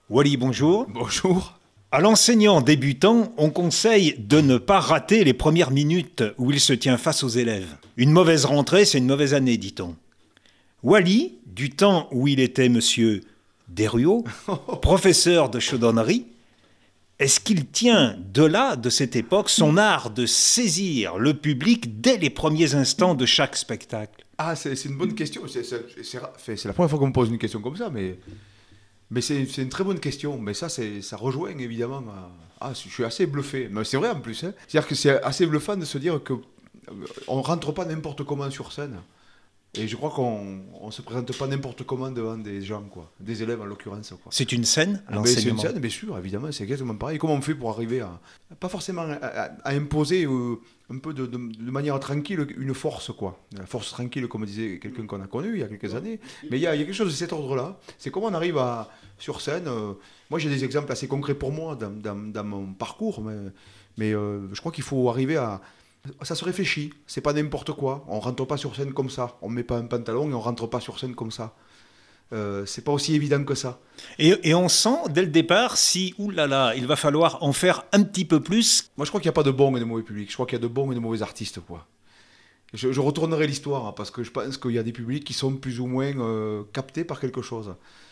Wally, bonjour. Bonjour. À l'enseignant débutant, on conseille de ne pas rater les premières minutes où il se tient face aux élèves. Une mauvaise rentrée, c'est une mauvaise année, dit-on. Wally, du temps où il était monsieur Desruaux, professeur de chaudronnerie, est-ce qu'il tient de là, de cette époque, son art de saisir le public dès les premiers instants de chaque spectacle? Ah, c'est une bonne question. C'est la première fois qu'on me pose une question comme ça, mais c'est une très bonne question. Mais ça rejoint évidemment. Je suis assez bluffé. Mais c'est vrai en plus. Hein. C'est-à-dire que c'est assez bluffant de se dire que on rentre pas n'importe comment sur scène. Et je crois qu'on se présente pas n'importe comment devant des gens, quoi. Des élèves en l'occurrence, quoi. C'est une scène, Mais c'est une l'enseignement. scène, bien sûr, évidemment, c'est exactement pareil. Comment on fait pour arriver pas forcément à imposer un peu de manière tranquille une force, quoi. La force tranquille, comme disait quelqu'un qu'on a connu il y a quelques années. Mais il y a quelque chose de cet ordre-là. C'est comment on arrive sur scène. Moi, j'ai des exemples assez concrets pour moi dans mon parcours, mais je crois qu'il faut arriver à. Ça se réfléchit, c'est pas n'importe quoi. On rentre pas sur scène comme ça. On met pas un pantalon et on rentre pas sur scène comme ça. C'est pas aussi évident que ça. Et on sent dès le départ si, oulala, il va falloir en faire un petit peu plus. Moi, je crois qu'il n'y a pas de bons et de mauvais publics. Je crois qu'il y a de bons et de mauvais artistes, quoi. Je retournerai l'histoire, hein, parce que je pense qu'il y a des publics qui sont plus ou moins captés par quelque chose.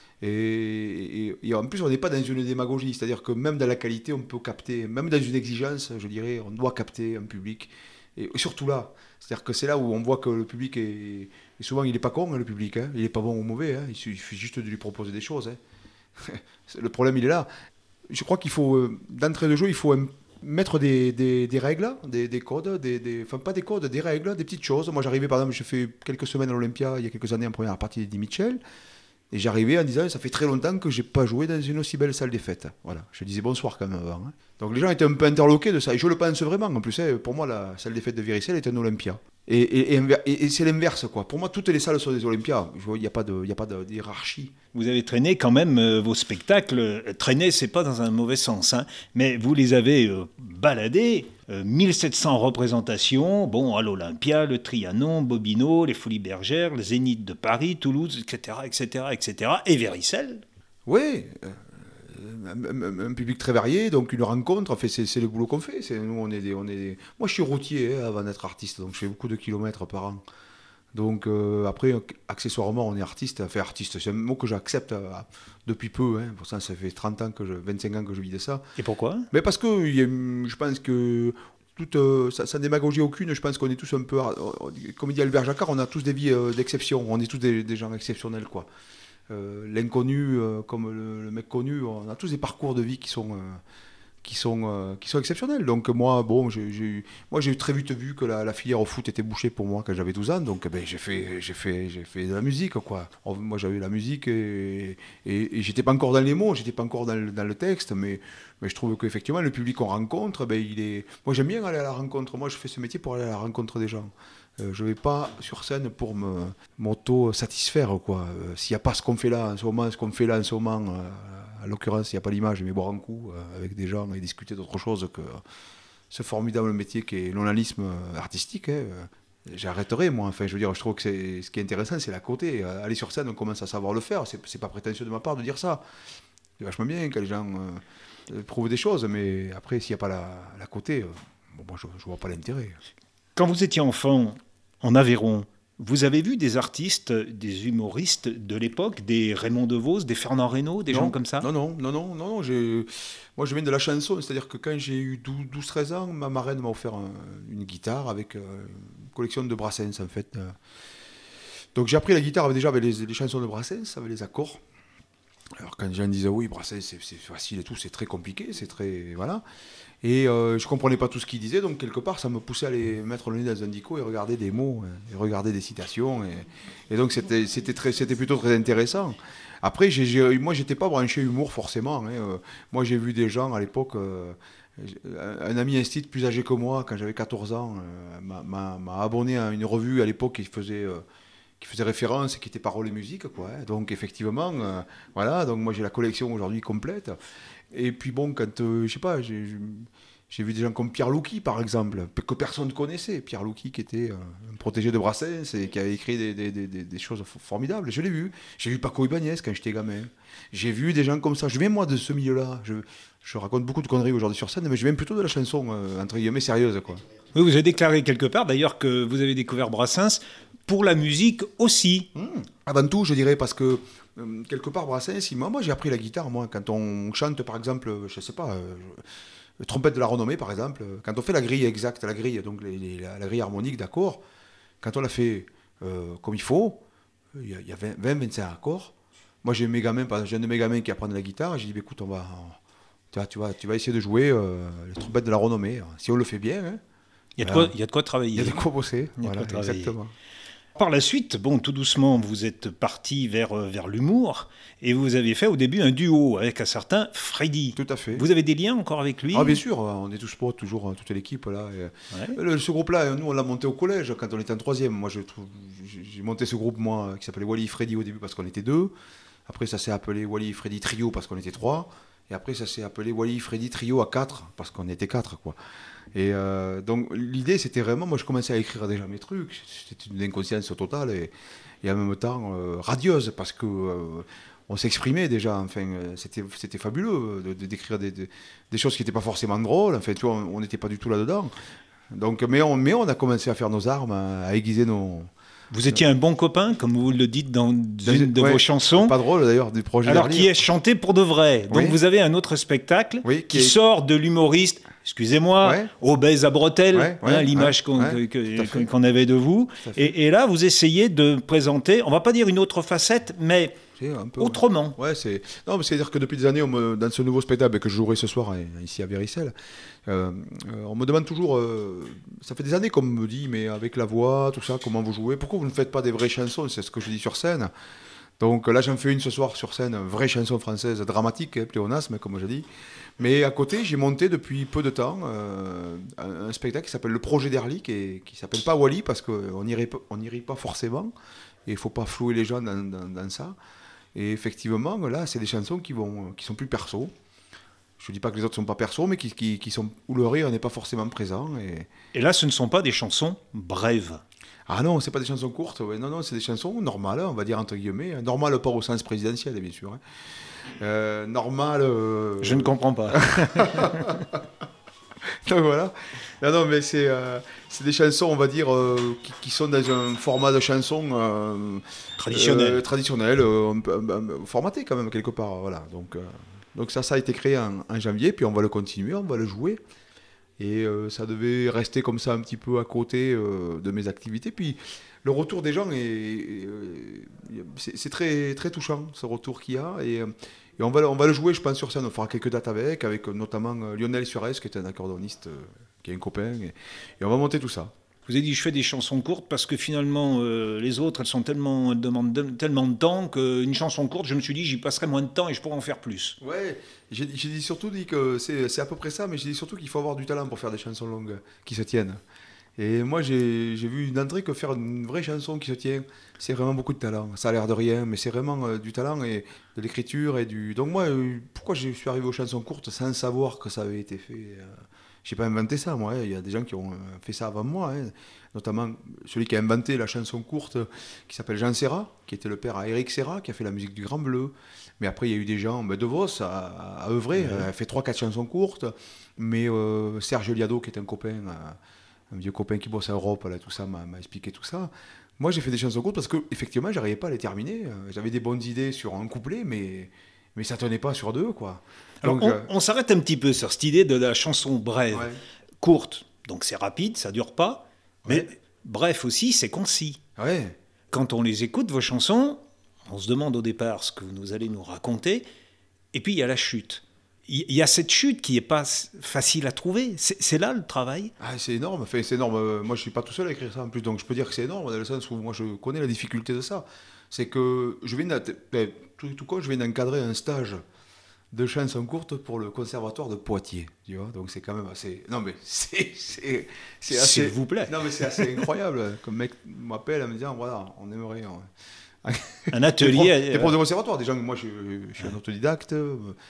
Et en plus, on n'est pas dans une démagogie. C'est-à-dire que même dans la qualité, on peut capter. Même dans une exigence, je dirais, on doit capter un public. Et surtout là. C'est-à-dire que c'est là où on voit que le public est. Et souvent, il n'est pas con, hein, le public. Hein. Il n'est pas bon ou mauvais. Hein. Il suffit juste de lui proposer des choses. Hein. Le problème, il est là. Je crois qu'il faut, d'entrée de jeu, il faut mettre des règles, des codes, enfin pas des codes, des règles, des petites choses. Moi j'arrivais par exemple, j'ai fait quelques semaines à l'Olympia il y a quelques années en première partie d'Eddie Mitchell, et j'arrivais en disant ça fait très longtemps que j'ai pas joué dans une aussi belle salle des fêtes. Voilà, je disais bonsoir quand même avant. Hein. Donc les gens étaient un peu interloqués de ça, et je le pense vraiment. En plus, hein, pour moi la salle des fêtes de Viricelle est un Olympia. Et c'est l'inverse, quoi. Pour moi, toutes les salles sont des Olympias. Il n'y a pas de hiérarchie. Vous avez traîné quand même vos spectacles. Traîner, c'est pas dans un mauvais sens, hein, mais vous les avez baladés. 1700 représentations, bon, à l'Olympia, le Trianon, Bobino, les Folies Bergères, le Zénith de Paris, Toulouse, etc., etc., etc., et Véricelle. Oui, un public très varié, donc une rencontre, enfin, c'est le boulot qu'on fait. Nous, Moi, je suis routier hein, avant d'être artiste, donc je fais beaucoup de kilomètres par an. Donc après, accessoirement, on est artiste. Enfin, artiste, c'est un mot que j'accepte depuis peu. Hein. Pour ça fait 30 ans 25 ans que je vis de ça. Et pourquoi? Mais parce que je pense que sans démagogie aucune, je pense qu'on est tous un peu, comme dit Albert Jacquard, on a tous des vies d'exception. On est tous des gens exceptionnels, quoi. L'inconnu comme le mec connu, on a tous des parcours de vie qui sont exceptionnels. Donc moi, bon, j'ai très vite vu que la filière au foot était bouchée pour moi quand j'avais 12 ans. Donc ben, j'ai fait de la musique, quoi. Moi, j'avais la musique et j'étais pas encore dans les mots, j'étais pas encore dans le texte, mais je trouve qu'effectivement, le public qu'on rencontre, ben, il est... Moi, j'aime bien aller à la rencontre. Moi, je fais ce métier pour aller à la rencontre des gens. Je vais pas sur scène pour m'auto-satisfaire, quoi. S'il n'y a pas ce qu'on fait là en ce moment, en l'occurrence, il n'y a pas l'image, mais boire un coup avec des gens et discuter d'autre chose que ce formidable métier qui est le journalisme artistique. Hein. J'arrêterai, moi. Enfin, je veux dire, je trouve que ce qui est intéressant, c'est la côté. Aller sur scène, on commence à savoir le faire. C'est pas prétentieux de ma part de dire ça. C'est vachement bien quand les gens prouvent des choses, mais après, s'il n'y a pas la côté, bon, moi, je vois pas l'intérêt. Quand vous étiez enfant, en Aveyron, vous avez vu des artistes, des humoristes de l'époque, des Raymond DeVos, des Fernand Reynaud, des gens Non, comme ça? non. Moi, je viens de la chanson, c'est-à-dire que quand j'ai eu 12-13 ans, ma marraine m'a offert une guitare avec une collection de Brassens, en fait. Donc j'ai appris la guitare déjà avec les chansons de Brassens, avec les accords. Alors quand les gens disaient oui, Brassens, c'est facile et tout, c'est très compliqué, c'est très... Voilà. Et je comprenais pas tout ce qu'il disait, donc quelque part, ça me poussait à aller mettre le nez dans un dico et regarder des mots, et regarder des citations. Et donc c'était plutôt très intéressant. Après, moi, j'étais pas branché humour forcément. Hein. Moi, j'ai vu des gens à l'époque, un ami instit plus âgé que moi, quand j'avais 14 ans, m'a abonné à une revue à l'époque qui faisait référence et qui était paroles et musique, quoi. Hein. Donc effectivement, voilà. Donc moi, j'ai la collection aujourd'hui complète. Et puis bon, quand je sais pas, J'ai vu des gens comme Pierre Louki, par exemple, que personne ne connaissait. Pierre Louki, qui était un protégé de Brassens et qui avait écrit des choses formidables. Je l'ai vu. J'ai vu Paco Ibáñez quand j'étais gamin. J'ai vu des gens comme ça. Je viens, moi, de ce milieu-là. Je raconte beaucoup de conneries aujourd'hui sur scène, mais je viens plutôt de la chanson, entre guillemets, sérieuse, quoi. Oui, vous avez déclaré quelque part, d'ailleurs, que vous avez découvert Brassens pour la musique aussi. Avant tout, je dirais, parce que quelque part, Brassens, moi j'ai appris la guitare, moi, quand on chante, par exemple, je sais pas, trompette de la renommée, par exemple, quand on fait la grille exacte, la grille, donc la grille harmonique d'accords, quand on la fait comme il faut, il y a 20-25 accords. Moi, j'ai un de mes gamins qui apprend la guitare, j'ai dit, écoute, tu vas essayer de jouer les trompettes de la renommée. Si on le fait bien, hein, Il y a de quoi travailler. il y a de quoi bosser. Voilà, exactement. Par la suite, tout doucement, vous êtes parti vers l'humour et vous avez fait au début un duo avec un certain Freddy. Tout à fait. Vous avez des liens encore avec lui? Ah, bien sûr, on est tous potes, toujours, toute l'équipe. Là. Ce groupe-là, nous, on l'a monté au collège quand on était en troisième. Moi, j'ai monté ce groupe, moi, qui s'appelait Wally Freddy au début parce qu'on était 2. Après, ça s'est appelé Wally Freddy Trio parce qu'on était 3. Et après, ça s'est appelé Wally Freddy Trio à 4 parce qu'on était 4, quoi. Et donc l'idée c'était vraiment, moi je commençais à écrire déjà mes trucs, c'était une inconscience totale et en même temps radieuse parce que on s'exprimait déjà, enfin c'était fabuleux d'écrire des choses qui n'étaient pas forcément drôles, enfin tu vois, on n'était pas du tout là-dedans. Donc, mais on a commencé à faire nos armes, à aiguiser nos... Vous étiez un bon copain, comme vous le dites dans une de vos chansons. Pas drôle d'ailleurs, du projet. Alors qui est chanté pour de vrai. Donc oui. Vous avez un autre spectacle qui sort de l'humoriste, excusez-moi, obèse à bretelles, l'image qu'on avait de vous. Et là, vous essayez de présenter, on va pas dire une autre facette, mais un peu, autrement. Non, mais c'est-à-dire que depuis des années, dans ce nouveau spectacle que je jouerai ce soir ici à Véricelle, on me demande toujours, ça fait des années qu'on me dit, mais avec la voix, tout ça, comment vous jouez, pourquoi vous ne faites pas des vraies chansons, c'est ce que je dis sur scène. Donc là, j'en fais une ce soir sur scène, vraie chanson française dramatique, pléonasme, comme je dis. Mais à côté, j'ai monté depuis peu de temps un spectacle qui s'appelle Le Projet d'Herly, qui s'appelle pas Wally, parce qu'on n'y rit pas forcément, et il ne faut pas flouer les gens dans ça. Et effectivement, là, c'est des chansons qui sont plus perso. Je ne dis pas que les autres ne sont pas perso, mais qui sont, où le rire n'est pas forcément présent. Et là, ce ne sont pas des chansons brèves. Ah non, c'est pas des chansons courtes. Ouais. Non, c'est des chansons normales, on va dire entre guillemets. Normales pas au sens présidentiel, bien sûr. Normales... Je ne comprends pas. Donc voilà. Non, mais c'est des chansons, on va dire, qui sont dans un format de chanson traditionnel, formaté quand même quelque part. Voilà. Donc ça a été créé en janvier, puis on va le continuer, on va le jouer. Et ça devait rester comme ça un petit peu à côté de mes activités. Puis le retour des gens, c'est très, très touchant, ce retour qu'il y a. Et on va le jouer, je pense, sur scène. On fera quelques dates avec notamment Lionel Suarez, qui est un accordéoniste, qui est un copain. Et on va monter tout ça. Vous avez dit, je fais des chansons courtes parce que finalement, les autres, elles demandent tellement de temps qu'une chanson courte, je me suis dit, j'y passerai moins de temps et je pourrais en faire plus. Ouais, j'ai surtout dit que c'est à peu près ça, mais j'ai dit surtout qu'il faut avoir du talent pour faire des chansons longues qui se tiennent. Et moi, j'ai vu d'entrée que faire une vraie chanson qui se tient, c'est vraiment beaucoup de talent. Ça a l'air de rien, mais c'est vraiment du talent et de l'écriture et du... Donc moi, pourquoi je suis arrivé aux chansons courtes sans savoir que ça avait été fait j'ai pas inventé ça, moi. Il y a des gens qui ont fait ça avant moi, notamment celui qui a inventé la chanson courte, qui s'appelle Jean Serrat, qui était le père à Éric Serrat, qui a fait la musique du Grand Bleu. Mais après, il y a eu des gens, De Vos a œuvré, a fait 3-4 chansons courtes. Mais Serge Liado, qui est un copain, un vieux copain qui bosse à Europe, là, tout ça, m'a expliqué tout ça. Moi, j'ai fait des chansons courtes parce qu'effectivement, je n'arrivais pas à les terminer. J'avais des bonnes idées sur un couplet, mais ça tenait pas sur deux, quoi. Alors, donc, on s'arrête un petit peu sur cette idée de la chanson brève, courte. Donc c'est rapide, ça dure pas. Mais bref aussi, c'est concis. Ouais. Quand on les écoute, vos chansons, on se demande au départ ce que vous allez nous raconter. Et puis il y a la chute. Il y a cette chute qui n'est pas facile à trouver. C'est là le travail. Ah, c'est énorme. Enfin, c'est énorme. Moi, je ne suis pas tout seul à écrire ça en plus. Donc je peux dire que c'est énorme dans le sens où moi, je connais la difficulté de ça. C'est que je viens d'encadrer un stage de chansons courtes pour le conservatoire de Poitiers, tu vois, donc c'est quand même assez... Non mais c'est assez... S'il vous plaît. Non mais c'est assez incroyable, comme mec m'appelle en me disant, voilà, on aimerait... Un atelier... Des profs de conservatoire, des gens, moi je suis un autodidacte,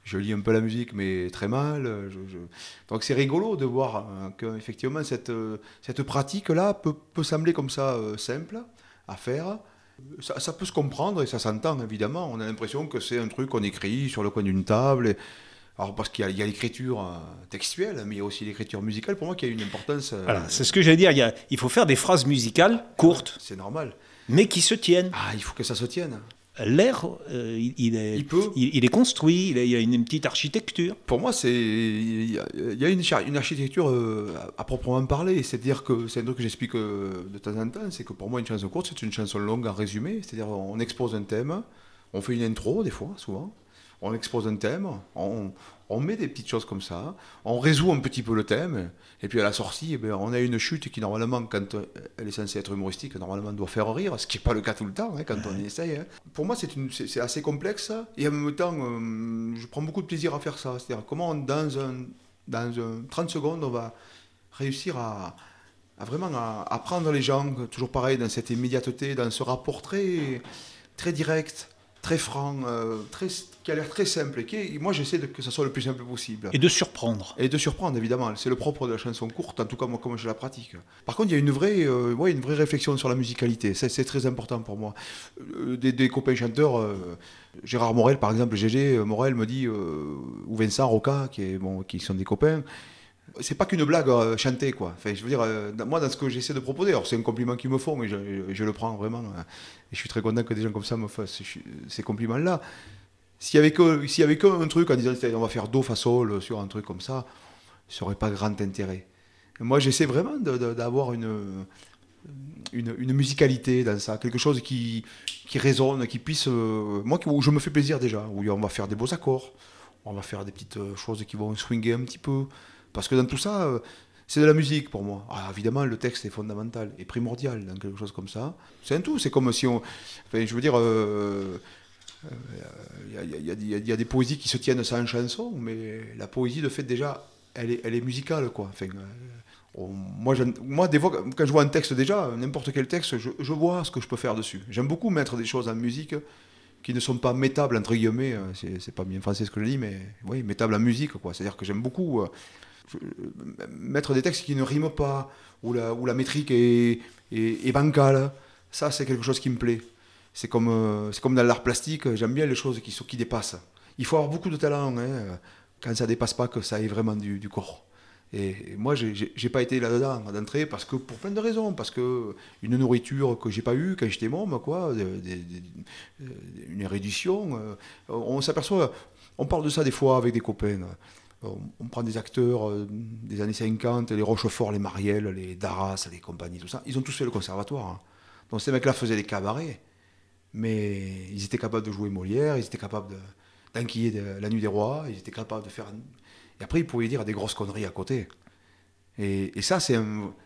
Je lis un peu la musique, mais très mal. Donc c'est rigolo de voir qu'effectivement cette pratique-là peut sembler comme ça simple à faire. Ça peut se comprendre et ça s'entend évidemment. On a l'impression que c'est un truc qu'on écrit sur le coin d'une table. Alors parce qu'il y a l'écriture textuelle, mais il y a aussi l'écriture musicale, pour moi, qui a une importance... Voilà, c'est ce que j'allais dire. Il faut faire des phrases musicales courtes, c'est normal. mais qui se tiennent. Ah, il faut que ça se tienne. L'air, il est construit, il y a une petite architecture. Pour moi, il y a une architecture à proprement parler. C'est-à-dire que c'est un truc que j'explique de temps en temps, c'est que pour moi, une chanson courte, c'est une chanson longue en résumé. C'est-à-dire on expose un thème, on fait une intro des fois, souvent. On expose un thème, on met des petites choses comme ça, on résout un petit peu le thème, et puis à la sortie, eh bien, on a une chute qui normalement, quand elle est censée être humoristique, normalement doit faire rire, ce qui n'est pas le cas tout le temps, hein, quand on essaye. Hein. Pour moi, c'est assez complexe, et en même temps, je prends beaucoup de plaisir à faire ça. C'est-à-dire comment, dans 30 secondes, on va réussir à vraiment à prendre les gens, toujours pareil, dans cette immédiateté, dans ce rapport très, très direct, très franc, qui a l'air très simple. Moi, j'essaie que ça soit le plus simple possible. Et de surprendre. Et de surprendre, évidemment. C'est le propre de la chanson courte, en tout cas, moi, comme je la pratique. Par contre, il y a une vraie réflexion sur la musicalité. C'est très important pour moi. Des copains chanteurs, Gérard Morel, par exemple, Gégé Morel me dit, ou Vincent Roca, qui sont des copains, c'est pas qu'une blague chantée, quoi. Enfin, je veux dire, moi, dans ce que j'essaie de proposer, alors c'est un compliment qu'ils me font, mais je le prends vraiment. Et je suis très content que des gens comme ça me fassent ces compliments-là. S'il y avait qu'un truc en disant on va faire do, fa, sol sur un truc comme ça n'aurait pas grand intérêt. Et moi, j'essaie vraiment d'avoir une musicalité dans ça, quelque chose qui résonne, qui puisse. Moi, où je me fais plaisir déjà, où on va faire des beaux accords, on va faire des petites choses qui vont swinger un petit peu. Parce que dans tout ça, c'est de la musique pour moi. Alors, évidemment, le texte est fondamental et primordial dans quelque chose comme ça. C'est un tout, c'est comme si on... Enfin, je veux dire, il y a des poésies qui se tiennent sans chanson, mais la poésie, de fait, déjà, elle est musicale, quoi. Enfin, moi, des fois, quand je vois un texte déjà, n'importe quel texte, je vois ce que je peux faire dessus. J'aime beaucoup mettre des choses en musique qui ne sont pas mettables, entre guillemets. C'est pas bien français ce que je dis, mais oui, mettables en musique, quoi. C'est-à-dire que j'aime beaucoup... mettre des textes qui ne riment pas, où la métrique est bancale, ça c'est quelque chose qui me plaît. C'est comme dans l'art plastique, j'aime bien les choses qui dépassent. Il faut avoir beaucoup de talent, hein, quand ça dépasse pas, que ça ait vraiment du corps. Et moi, j'ai pas été là-dedans d'entrée parce que pour plein de raisons, parce que une nourriture que j'ai pas eue quand j'étais môme, quoi, une érudition, on s'aperçoit, on parle de ça des fois avec des copains. On prend des acteurs des années 50, les Rochefort, les Marielle, les Darras, les compagnies, tout ça. Ils ont tous fait le conservatoire. Hein. Donc ces mecs-là faisaient des cabarets, mais ils étaient capables de jouer Molière, ils étaient capables d'enquiller La Nuit des Rois, ils étaient capables de faire... Et après, ils pouvaient dire des grosses conneries à côté. Et ça, c'est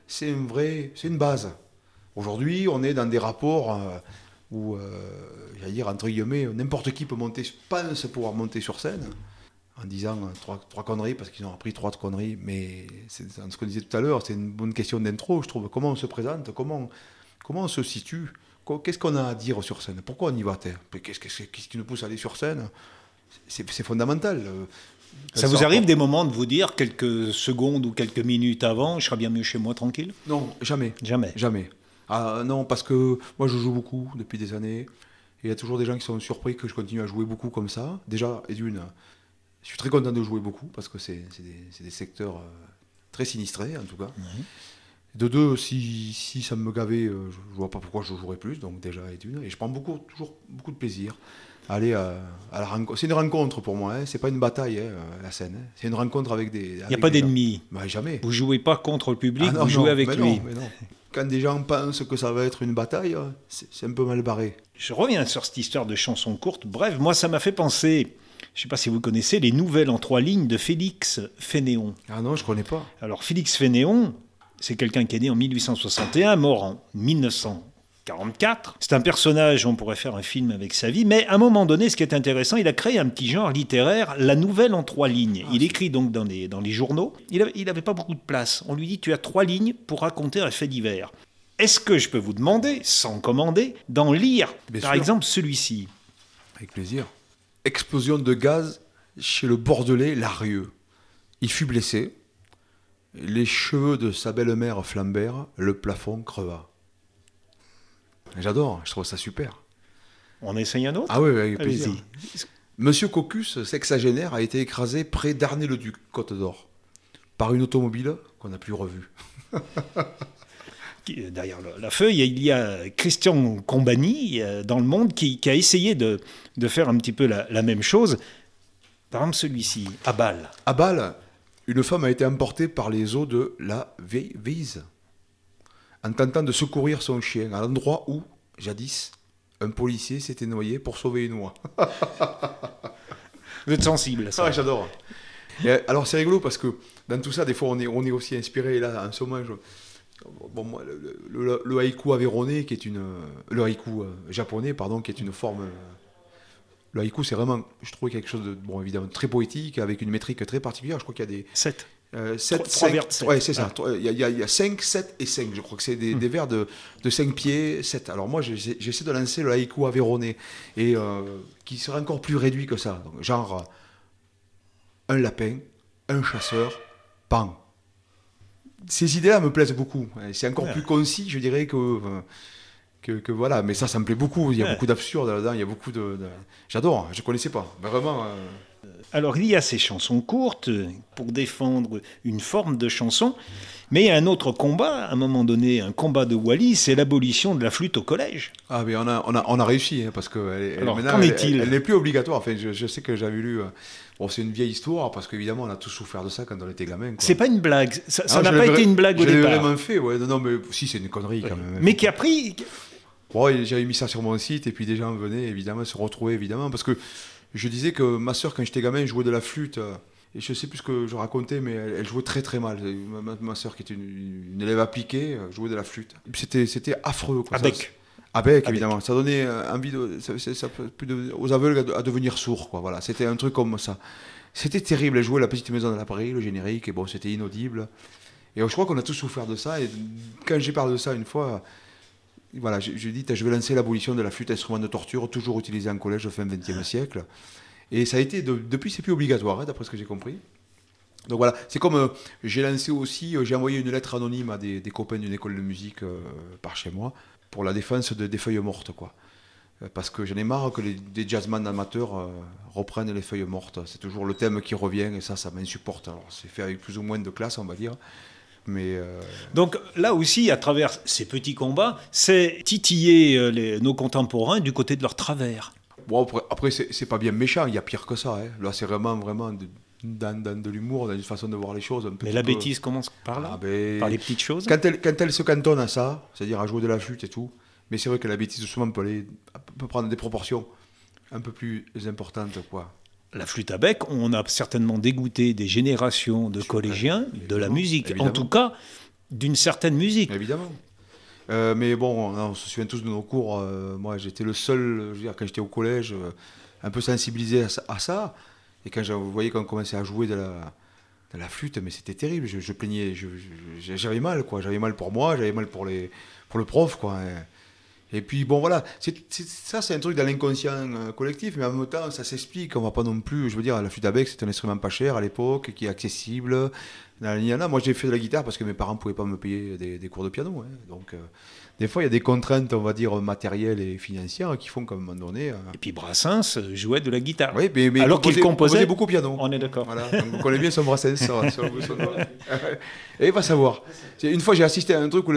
une base. Aujourd'hui, on est dans des rapports où, j'allais dire, entre guillemets, n'importe qui pense pouvoir monter sur scène, en disant trois conneries, parce qu'ils ont appris 3 conneries, mais c'est ce qu'on disait tout à l'heure, c'est une bonne question d'intro, je trouve. Comment on se présente, comment on se situe, qu'est-ce qu'on a à dire sur scène, pourquoi on y va, qu'est-ce qui nous pousse à aller sur scène, c'est fondamental. Ça vous arrive des moments de vous dire, quelques secondes ou quelques minutes avant, je serais bien mieux chez moi, tranquille ? Non, jamais. Jamais. Ah, non, parce que moi je joue beaucoup depuis des années, et il y a toujours des gens qui sont surpris que je continue à jouer beaucoup comme ça. Déjà, et d'une... Je suis très content de jouer beaucoup parce que c'est des secteurs très sinistrés en tout cas. Mmh. De deux, si ça me gavait, je ne vois pas pourquoi je jouerais plus, donc déjà et d'une. Et je prends toujours beaucoup de plaisir à aller à la rencontre. C'est une rencontre pour moi, hein. C'est pas une bataille, hein, la scène. Hein. C'est une rencontre avec des... Il n'y a pas d'ennemi. Bah, jamais. Vous ne jouez pas contre le public, vous jouez avec lui. Non. Quand des gens pensent que ça va être une bataille, c'est un peu mal barré. Je reviens sur cette histoire de chansons courtes. Bref, moi ça m'a fait penser... Je ne sais pas si vous connaissez les nouvelles en 3 lignes de Félix Fénéon. Ah non, je ne connais pas. Alors Félix Fénéon, c'est quelqu'un qui est né en 1861, mort en 1944. C'est un personnage, on pourrait faire un film avec sa vie, mais à un moment donné, ce qui est intéressant, il a créé un petit genre littéraire, la nouvelle en 3 lignes. Il écrit donc dans les journaux. Il n'avait pas beaucoup de place. On lui dit, tu as 3 lignes pour raconter un fait divers. Est-ce que je peux vous demander, sans commander, d'en lire, par exemple, celui-ci ? Avec plaisir. Explosion de gaz chez le Bordelais Larieux. Il fut blessé. Les cheveux de sa belle-mère flambèrent, le plafond creva. J'adore, je trouve ça super. On essaye un autre? Ah oui, avec plaisir. Allez-y. Monsieur Cocus, sexagénaire, a été écrasé près d'Arnay-le-Duc, Côte d'Or, par une automobile qu'on n'a plus revue. Derrière la feuille, il y a Christian Combani dans Le Monde qui a essayé de faire un petit peu la même chose. Par exemple, celui-ci, à Bâle. À Bâle, une femme a été emportée par les eaux de la Veise en tentant de secourir son chien à l'endroit où, jadis, un policier s'était noyé pour sauver une oie. Vous êtes sensible à ça? Ah, j'adore. Et alors c'est rigolo parce que dans tout ça, des fois, on est aussi inspiré. Là, en ce moment, bon, moi, le haïku aveyronais, qui est le haïku japonais, pardon, qui est une forme. Le haïku, c'est vraiment, je trouvais quelque chose de, bon, évidemment, très poétique, avec une métrique très particulière. Je crois qu'il y a des 7. 3 vers 7. Ouais, c'est ça. Il y a 5, 7 et 5. Je crois que c'est des vers de 5 pieds, 7. Alors moi, j'essaie de lancer le haïku aveyronais, et qui serait encore plus réduit que ça. Donc, genre, un lapin, un chasseur, pan. Ces idées-là me plaisent beaucoup. C'est encore plus concis, je dirais, que voilà. Mais ça me plaît beaucoup. Il y a beaucoup d'absurde là-dedans. Il y a beaucoup de... J'adore. Je ne connaissais pas. Vraiment... Alors, il y a ces chansons courtes pour défendre une forme de chanson, mais il y a un autre combat, à un moment donné, un combat de Wally, c'est l'abolition de la flûte au collège. Ah, mais on a réussi, parce que qu'en est-il ? Elle n'est plus obligatoire. Enfin, je sais que j'avais lu... Bon, c'est une vieille histoire, parce qu'évidemment, on a tous souffert de ça quand on était gamin, quoi. C'est pas une blague. Ça n'a pas été une blague au départ. Je l'ai départ. vraiment fait, ouais. Non, mais si, c'est une connerie, quand même. Mais qui a pris... Bon, j'avais mis ça sur mon site, et puis des gens venaient, évidemment, se retrouver, évidemment, parce que je disais que ma sœur, quand j'étais gamin, jouait de la flûte, et je sais plus ce que je racontais, mais elle jouait très très mal. Ma sœur, qui était une élève appliquée, jouait de la flûte. C'était affreux, quoi. Avec, évidemment. Ça donnait envie aux aveugles à devenir sourds, quoi. Voilà, c'était un truc comme ça. C'était terrible. Elle jouait La Petite Maison de la Prairie, le générique, et bon, c'était inaudible. Et je crois qu'on a tous souffert de ça, et quand j'ai parlé de ça une fois... Voilà, j'ai dit, je vais lancer l'abolition de la flûte, instrument de torture, toujours utilisé en collège au fin XXe siècle. Et ça a été, depuis, c'est plus obligatoire, d'après ce que j'ai compris. Donc voilà, c'est comme, j'ai lancé aussi, j'ai envoyé une lettre anonyme à des copains d'une école de musique par chez moi, pour la défense des feuilles mortes, quoi. Parce que j'en ai marre que des jazzman amateurs reprennent les feuilles mortes. C'est toujours le thème qui revient, et ça m'insupporte. Alors, c'est fait avec plus ou moins de classe, on va dire. Mais Donc là aussi, à travers ces petits combats, c'est titiller nos contemporains du côté de leur travers. Bon, après c'est pas bien méchant, il y a pire que ça. Hein. Là, c'est vraiment dans de l'humour, dans une façon de voir les choses. Mais la bêtise commence par là, par les petites choses. Quand elle se cantonne à ça, c'est-à-dire à jouer de la flûte et tout, mais c'est vrai que la bêtise, souvent, peut prendre des proportions un peu plus importantes, quoi. La flûte à bec, on a certainement dégoûté des générations de collégiens de la musique, évidemment. En tout cas d'une certaine musique. Évidemment. Mais bon, on se souvient tous de nos cours. Moi, j'étais le seul, je veux dire, quand j'étais au collège, un peu sensibilisé à ça. Et quand je voyais qu'on commençait à jouer de la flûte, mais c'était terrible. Je plaignais, j'avais mal, quoi. J'avais mal pour moi, j'avais mal pour le prof, quoi. Et puis bon voilà, ça c'est un truc dans l'inconscient collectif, mais en même temps ça s'explique, on va pas non plus, je veux dire, la flûte à bec c'est un instrument pas cher à l'époque, qui est accessible. Moi j'ai fait de la guitare parce que mes parents pouvaient pas me payer des cours de piano, hein. Donc des fois il y a des contraintes, on va dire, matérielles et financières qui font qu'à un moment donné... Et puis Brassens jouait de la guitare. Oui, mais alors qu'il composait beaucoup piano. On est d'accord. Voilà, on connaît bien son Brassens sur le bout de son doigt. Et il va savoir. Une fois j'ai assisté à un truc où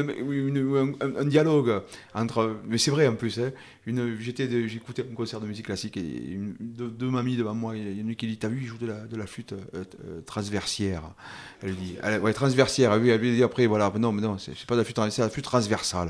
un dialogue entre... Mais c'est vrai en plus, hein, j'écoutais un concert de musique classique et deux mamies devant moi, il y en a une qui dit, t'as vu, il joue de la flûte transversière. Elle dit, ouais, transversière, oui, elle lui dit après, voilà, non, mais non, c'est pas de la flûte, c'est la flûte transversale.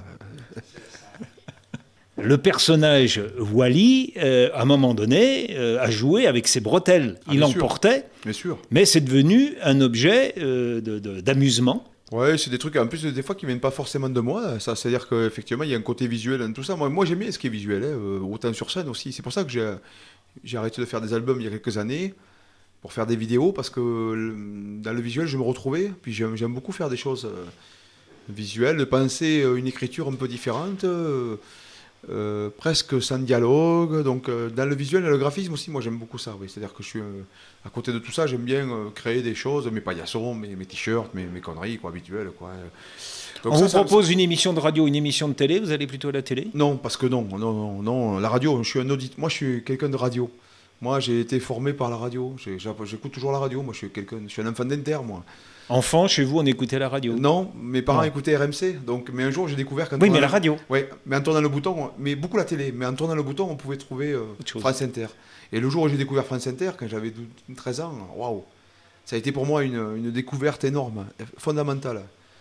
Le personnage Wally, à un moment donné, a joué avec ses bretelles. Il en portait, bien sûr. Mais c'est devenu un objet d'amusement. Ouais, c'est des trucs, en plus, des fois, qui viennent pas forcément de moi. Ça, c'est-à-dire qu'effectivement, il y a un côté visuel dans tout ça. Moi j'aime bien ce qui est visuel, hein, autant sur scène aussi. C'est pour ça que j'ai arrêté de faire des albums il y a quelques années, pour faire des vidéos, parce que dans le visuel, je me retrouvais. Puis j'aime beaucoup faire des choses visuelles, de penser une écriture un peu différente, presque sans dialogue. Donc dans le visuel et le graphisme aussi, moi j'aime beaucoup ça. Oui. C'est-à-dire que je suis à côté de tout ça, j'aime bien créer des choses, mes paillassons, mes t-shirts, mes conneries quoi, habituelles. Quoi. Donc on vous propose une émission de radio, une émission de télé, vous allez plutôt à la télé? Non, parce que non. La radio, je suis un audit. Moi je suis quelqu'un de radio. Moi j'ai été formé par la radio. J'écoute toujours la radio. Moi je suis un enfant d'Inter, moi. Enfant, chez vous, on écoutait la radio? Non, mes parents écoutaient RMC. Donc, mais un jour, j'ai découvert Oui, mais la radio. Oui, mais en tournant le bouton, mais beaucoup la télé. Mais en tournant le bouton, on pouvait trouver France Inter. Et le jour où j'ai découvert France Inter, quand j'avais 13 ans, waouh, ça a été pour moi une découverte énorme, fondamentale.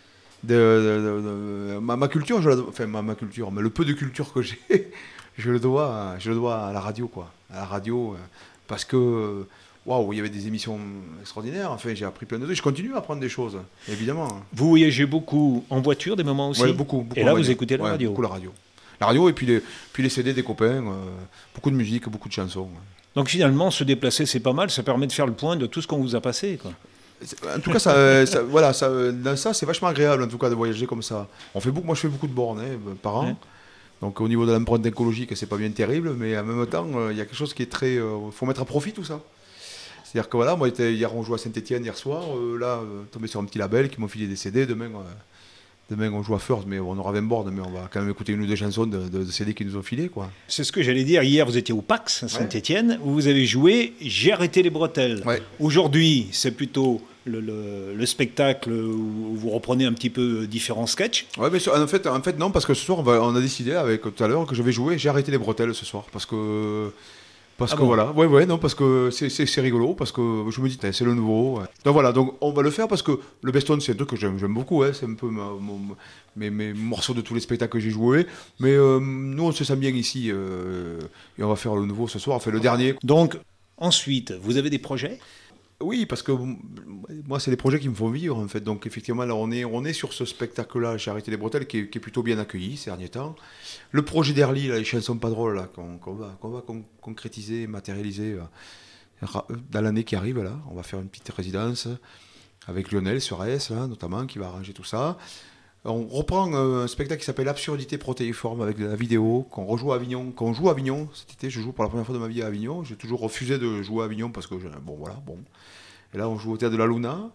Ma culture, ma culture, mais le peu de culture que j'ai, je le dois à la radio, quoi. À la radio, parce que waouh, il y avait des émissions extraordinaires. Enfin, j'ai appris plein de trucs. Je continue à apprendre des choses, évidemment. Vous voyagez beaucoup en voiture, des moments aussi? Oui, beaucoup. Et là, vous écoutez la radio? Beaucoup la radio. La radio et puis les CD des copains. Beaucoup de musique, beaucoup de chansons. Donc finalement, se déplacer, c'est pas mal. Ça permet de faire le point de tout ce qu'on vous a passé, quoi. En tout cas, dans ça, c'est vachement agréable, en tout cas, de voyager comme ça. Moi, je fais beaucoup de bornes par an. Ouais. Donc au niveau de l'empreinte écologique, c'est pas bien terrible, mais en même temps, il y a quelque chose qui est très... faut mettre à profit tout ça. C'est-à-dire que voilà, moi, hier, on jouait à Saint-Etienne hier soir. Tombé sur un petit label qui m'ont filé des CD. Demain, on joue à First, mais on aura 20 bornes, mais on va quand même écouter une ou deux chansons de CD qu'ils nous ont filé, quoi. C'est ce que j'allais dire. Hier, vous étiez au PAX à Saint-Etienne, où vous avez joué J'ai arrêté les bretelles. Ouais. Aujourd'hui, c'est plutôt le spectacle où vous reprenez un petit peu différents sketchs. Oui, mais en fait, non, parce que ce soir, on a décidé avec tout à l'heure que je vais jouer J'ai arrêté les bretelles ce soir, parce que voilà, non, parce que c'est rigolo, parce que je me dis, c'est le nouveau. Ouais. Donc voilà, donc on va le faire parce que le Best-on, c'est un truc que j'aime beaucoup, c'est un peu mes morceaux de tous les spectacles que j'ai joués, mais nous on se sent bien ici, et on va faire le nouveau ce soir, le dernier. Donc ensuite, vous avez des projets ? Oui, parce que moi, c'est des projets qui me font vivre, en fait. Donc, effectivement, là, on est sur ce spectacle-là, J'ai arrêté les bretelles, qui est plutôt bien accueilli ces derniers temps. Le projet d'Herly, les chansons pas drôles, là, qu'on va concrétiser, matérialiser dans l'année qui arrive, là. On va faire une petite résidence avec Lionel sur AS, là, notamment, qui va arranger tout ça. On reprend un spectacle qui s'appelle Absurdité protéiforme avec de la vidéo, qu'on joue à Avignon cet été. Je joue pour la première fois de ma vie à Avignon. J'ai toujours refusé de jouer à Avignon parce que, bon. Et là, on joue au Théâtre de la Luna,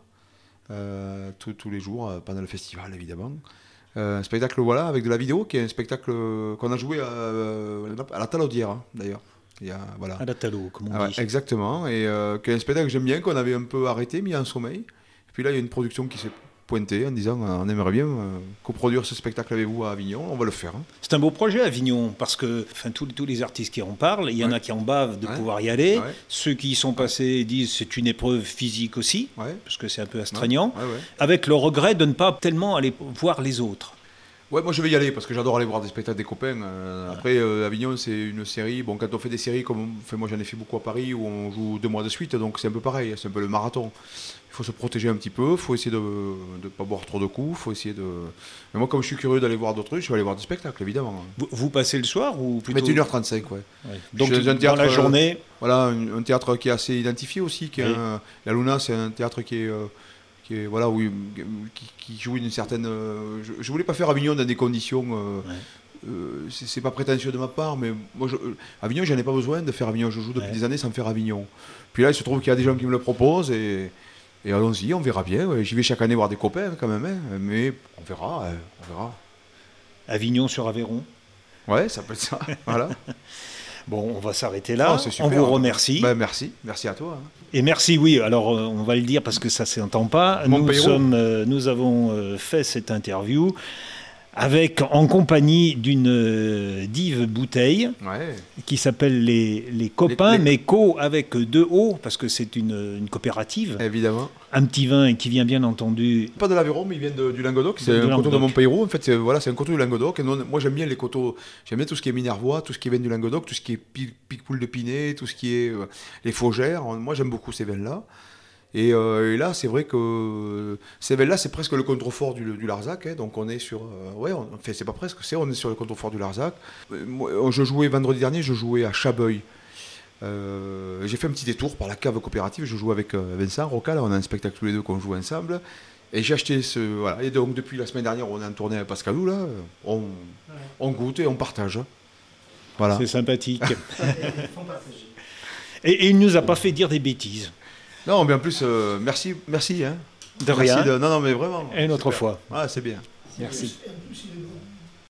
tous les jours, pendant le festival, évidemment. Un spectacle, avec de la vidéo, qui est un spectacle qu'on a joué à la Talaudière, d'ailleurs. À la Talot, comme on dit. Exactement, et qui est un spectacle que j'aime bien, qu'on avait un peu arrêté, mis en sommeil. Et puis là, il y a une production qui s'est pointé en disant on aimerait bien coproduire ce spectacle avec vous à Avignon, on va le faire. C'est un beau projet Avignon, parce que tous les artistes qui en parlent, il y en a qui en bavent de pouvoir y aller, ceux qui y sont passés disent c'est une épreuve physique aussi, parce que c'est un peu astreignant, avec le regret de ne pas tellement aller voir les autres. Ouais, moi je vais y aller parce que j'adore aller voir des spectacles des copains. Après, Avignon, c'est une série. Bon, quand on fait des séries, moi j'en ai fait beaucoup à Paris où on joue 2 mois de suite, donc c'est un peu pareil, c'est un peu le marathon. Il faut se protéger un petit peu, il faut essayer de ne pas boire trop de coups, faut essayer de. Mais moi, comme je suis curieux d'aller voir d'autres trucs, je vais aller voir des spectacles, évidemment. Vous passez le soir ou plutôt 21h35, ouais. Donc dans la journée. Voilà, un théâtre qui est assez identifié aussi. La Luna, c'est un théâtre qui joue une certaine. Je voulais pas faire Avignon dans des conditions. C'est pas prétentieux de ma part, mais moi, Avignon, j'en ai pas besoin de faire Avignon. Je joue depuis des années sans faire Avignon. Puis là, il se trouve qu'il y a des gens qui me le proposent et allons-y, on verra bien. J'y vais chaque année voir des copains quand même, mais on verra. Avignon sur Aveyron. Ouais, ça peut être ça. Voilà. Bon, on va s'arrêter là. On vous remercie. Merci à toi. Et merci, oui. Alors, on va le dire parce que ça ne s'entend pas. Nous avons fait cette interview en compagnie d'une dive bouteille qui s'appelle les Copains, mais avec 2 O, parce que c'est une coopérative. Évidemment. Un petit vin qui vient bien entendu. Pas de l'Aveyron, mais il vient du Languedoc. C'est un coteau de Montpeyroux. En fait, c'est un coteau du Languedoc. Et moi, j'aime bien les coteaux. J'aime bien tout ce qui est minervois, tout ce qui vient du Languedoc, tout ce qui est Picpoul de Pinet, tout ce qui est les Faugères. Moi, j'aime beaucoup ces vins-là. Et là, c'est vrai que ces vins-là, c'est presque le contrefort du Larzac. Donc on est sur... c'est pas presque, on est sur le contrefort du Larzac. Vendredi dernier, je jouais à Chabeuil. J'ai fait un petit détour par la cave coopérative. Je joue avec Vincent Roca. Là, on a un spectacle tous les deux qu'on joue ensemble. Et j'ai acheté Et donc, depuis la semaine dernière, on est en tournée à Pascalou. Là, on goûte et on partage. Voilà. C'est sympathique. Et il ne nous a pas fait dire des bêtises. Non, mais en plus, merci. Hein. De rien. Non, mais vraiment. Et une autre fois. Ah, c'est bien. Merci. Et en plus, il est bon.